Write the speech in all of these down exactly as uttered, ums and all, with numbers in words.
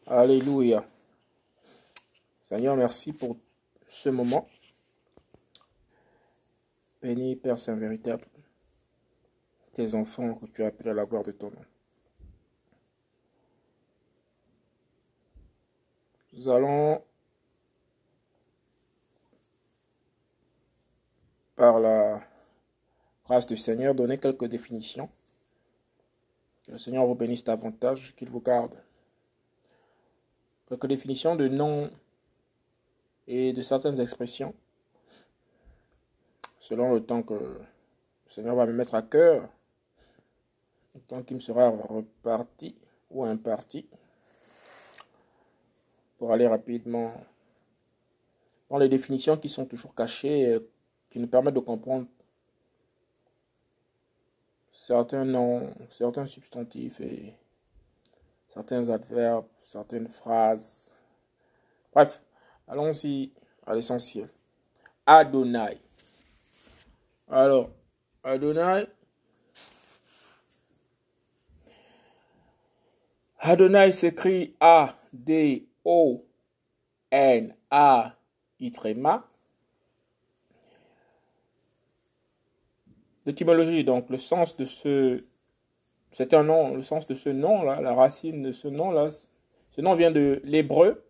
Alléluia. Seigneur, merci pour ce moment. Bénis, Père Saint véritable, tes enfants que tu as appelés à la gloire de ton nom. Nous allons, par la grâce du Seigneur, donner quelques définitions. Que le Seigneur vous bénisse davantage, qu'il vous garde. Quelques définitions de noms et de certaines expressions, selon le temps que le Seigneur va me mettre à cœur, le temps qui me sera reparti ou imparti, pour aller rapidement dans les définitions qui sont toujours cachées, qui nous permettent de comprendre certains noms, certains substantifs et certains adverbes, certaines phrases. Bref, allons-y à l'essentiel. Adonai. Alors, Adonai. Adonai s'écrit A D O N A Y. L'étymologie, donc le sens de ce, c'est un nom, le sens de ce nom-là, la racine de ce nom-là, ce nom vient de l'hébreu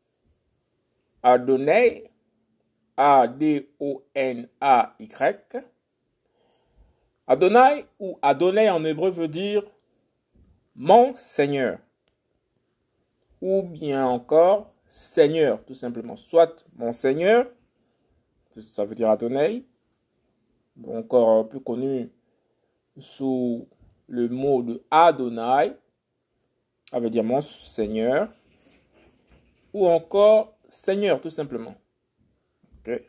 Adonai, A D O N A Y. Adonai ou Adonai en hébreu veut dire mon Seigneur, ou bien encore Seigneur, tout simplement. Soit mon Seigneur, ça veut dire Adonai, encore plus connu sous le mot de Adonai, ça veut dire mon Seigneur, ou encore Seigneur, tout simplement. Okay.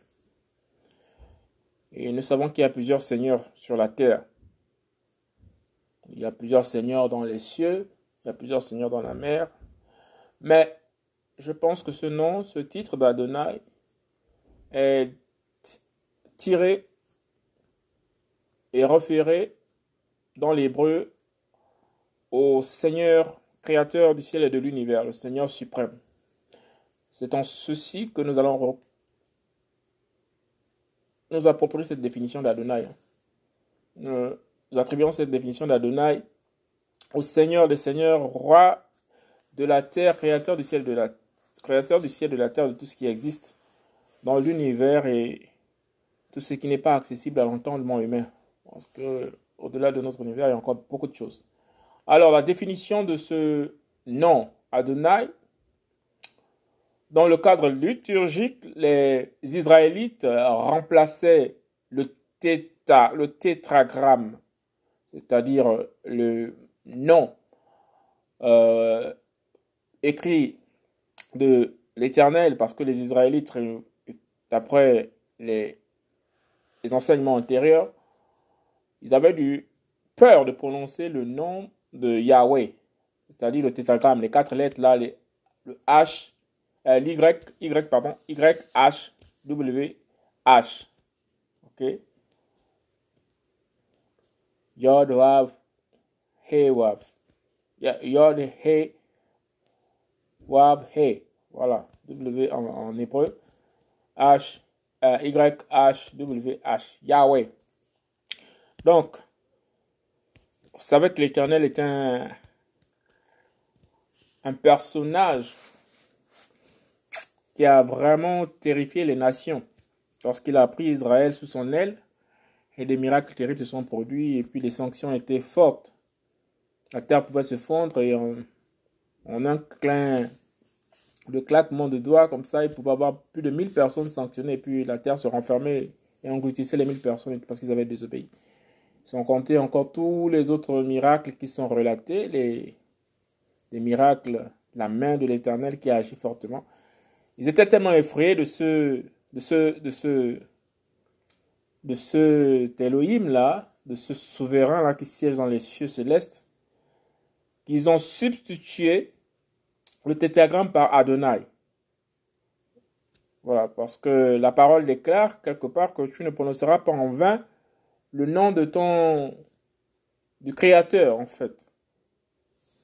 Et nous savons qu'il y a plusieurs seigneurs sur la terre. Il y a plusieurs seigneurs dans les cieux, il y a plusieurs seigneurs dans la mer. Mais je pense que ce nom, ce titre d'Adonai est tiré et référé dans l'hébreu au Seigneur créateur du ciel et de l'univers, le Seigneur suprême. C'est en ceci que nous allons nous approprier cette définition d'Adonai. Nous attribuons cette définition d'Adonai au Seigneur des Seigneurs, roi de la terre, créateur du ciel de la créateur du ciel de la terre, de tout ce qui existe dans l'univers et tout ce qui n'est pas accessible à l'entendement humain. Parce que au-delà de notre univers, il y a encore beaucoup de choses. Alors, la définition de ce nom Adonai, dans le cadre liturgique, les Israélites remplaçaient le, téta, le tétragramme, c'est-à-dire le nom euh, écrit de l'Éternel, parce que les Israélites, d'après les, les enseignements antérieurs, ils avaient eu peur de prononcer le nom de Yahweh, c'est-à-dire le tétragramme, les quatre lettres là, les, le H, euh, l'Y, Y, pardon, Y, H, W, H. Ok? Yod, Wav, He, Wav. Yod, He, Wav, He. Voilà, W en, en hébreu. H, euh, Y, H, W, H. Yahweh. Donc, vous savez que l'Éternel est un, un personnage qui a vraiment terrifié les nations. Lorsqu'il a pris Israël sous son aile, et des miracles terribles se sont produits, et puis les sanctions étaient fortes. La terre pouvait se fondre, et en, en un clin de claquement de doigts, comme ça, il pouvait avoir plus de mille personnes sanctionnées, et puis la terre se renfermait et engloutissait les mille personnes parce qu'ils avaient désobéi. Sans compter encore tous les autres miracles qui sont relatés, les, les miracles, la main de l'Éternel qui a agi fortement. Ils étaient tellement effrayés de ce, de ce, de ce, de ce Elohim-là, de ce souverain-là qui siège dans les cieux célestes, qu'ils ont substitué le tétragramme par Adonai. Voilà, parce que la parole déclare quelque part que tu ne prononceras pas en vain le nom de ton, du Créateur, en fait.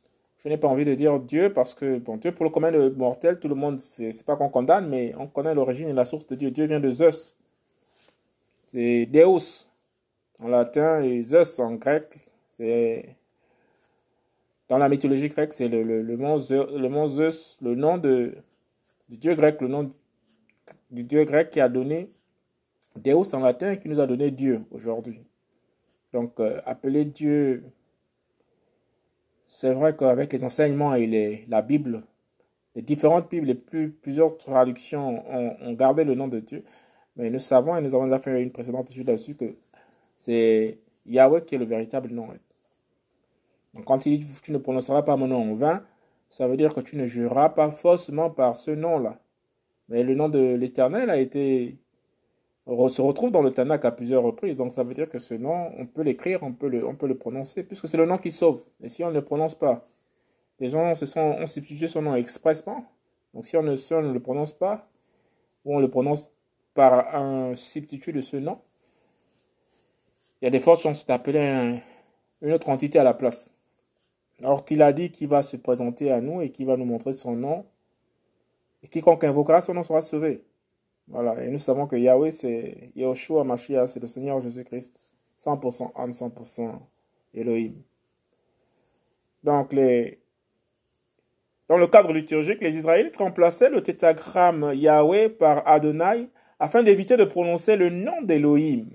Je n'ai pas envie de dire Dieu parce que, bon, Dieu pour le commun de mortel, tout le monde, c'est c'est pas qu'on condamne, mais on connaît l'origine et la source de Dieu. Dieu vient de Zeus. C'est Deus en latin et Zeus en grec. C'est dans la mythologie grecque, c'est le, le, le, mont Zeus, le mont Zeus, le nom de, du dieu grec, le nom du dieu grec qui a donné Deus en latin et qui nous a donné Dieu aujourd'hui. Donc, euh, appeler Dieu, c'est vrai qu'avec les enseignements et les, la Bible, les différentes Bibles et plus, plusieurs traductions ont, ont gardé le nom de Dieu. Mais nous savons, et nous avons déjà fait une précédente étude là-dessus, que c'est Yahweh qui est le véritable nom. Donc, quand il dit tu ne prononceras pas mon nom en vain, ça veut dire que tu ne jureras pas faussement par ce nom-là. Mais le nom de l'Éternel a été se retrouve dans le Tanakh à plusieurs reprises. Donc ça veut dire que ce nom, on peut l'écrire, on peut le, on peut le prononcer, puisque c'est le nom qui sauve. Et si on ne le prononce pas, les gens se sont, ont substitué son nom expressement. Donc si on, ne, si on ne le prononce pas, ou on le prononce par un substitut de ce nom, il y a des fortes chances d'appeler un, une autre entité à la place. Alors qu'il a dit qu'il va se présenter à nous et qu'il va nous montrer son nom. Et quiconque invoquera son nom sera sauvé. Voilà, et nous savons que Yahweh, c'est Yahushua Mashiach, c'est le Seigneur Jésus-Christ. cent pour cent âme, cent pour cent Elohim. Donc, les... dans le cadre liturgique, les Israélites remplaçaient le tétragramme Yahweh par Adonai afin d'éviter de prononcer le nom d'Elohim.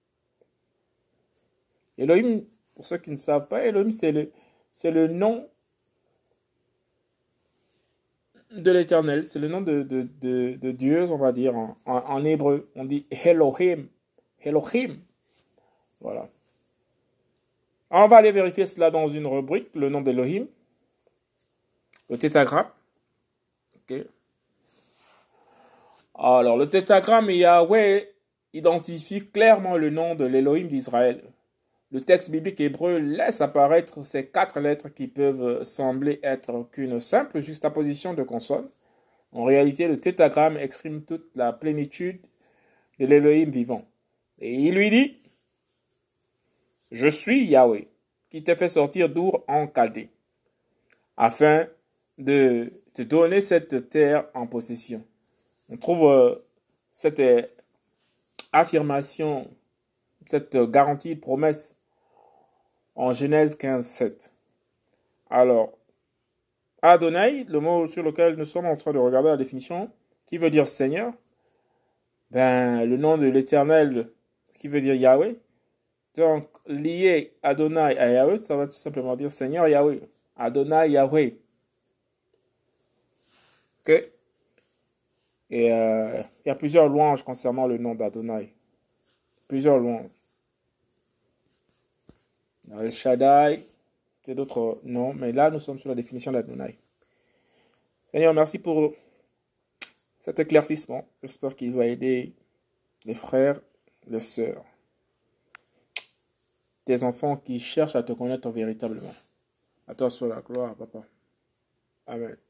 Elohim, pour ceux qui ne savent pas, Elohim, c'est le, c'est le nom de l'Éternel, c'est le nom de, de, de, de Dieu, on va dire, en, en, en hébreu. On dit Elohim. Elohim. Voilà. On va aller vérifier cela dans une rubrique, le nom d'Elohim. Le tétragramme. Ok. Alors, le tétragramme Yahweh identifie clairement le nom de l'Elohim d'Israël. Le texte biblique hébreu laisse apparaître ces quatre lettres qui peuvent sembler être qu'une simple juxtaposition de consonnes. En réalité, le tétragramme exprime toute la plénitude de l'Elohim vivant. Et il lui dit, « Je suis Yahweh, qui t'ai fait sortir d'Our en Chaldée, afin de te donner cette terre en possession. » On trouve euh, cette euh, affirmation, cette euh, garantie de promesse en Genèse quinze, sept. Alors, Adonai, le mot sur lequel nous sommes en train de regarder la définition, qui veut dire Seigneur, ben, le nom de l'Éternel, qui veut dire Yahweh. Donc, lier Adonai à Yahweh, ça va tout simplement dire Seigneur Yahweh. Adonai Yahweh. Ok? Et euh, il y a plusieurs louanges concernant le nom d'Adonai. Plusieurs louanges. El Shaddai, c'est d'autres noms, mais là, nous sommes sur la définition d'Adonai. Seigneur, merci pour cet éclaircissement. J'espère qu'il va aider les frères, les sœurs, tes enfants qui cherchent à te connaître véritablement. À toi soit la gloire, papa. Amen.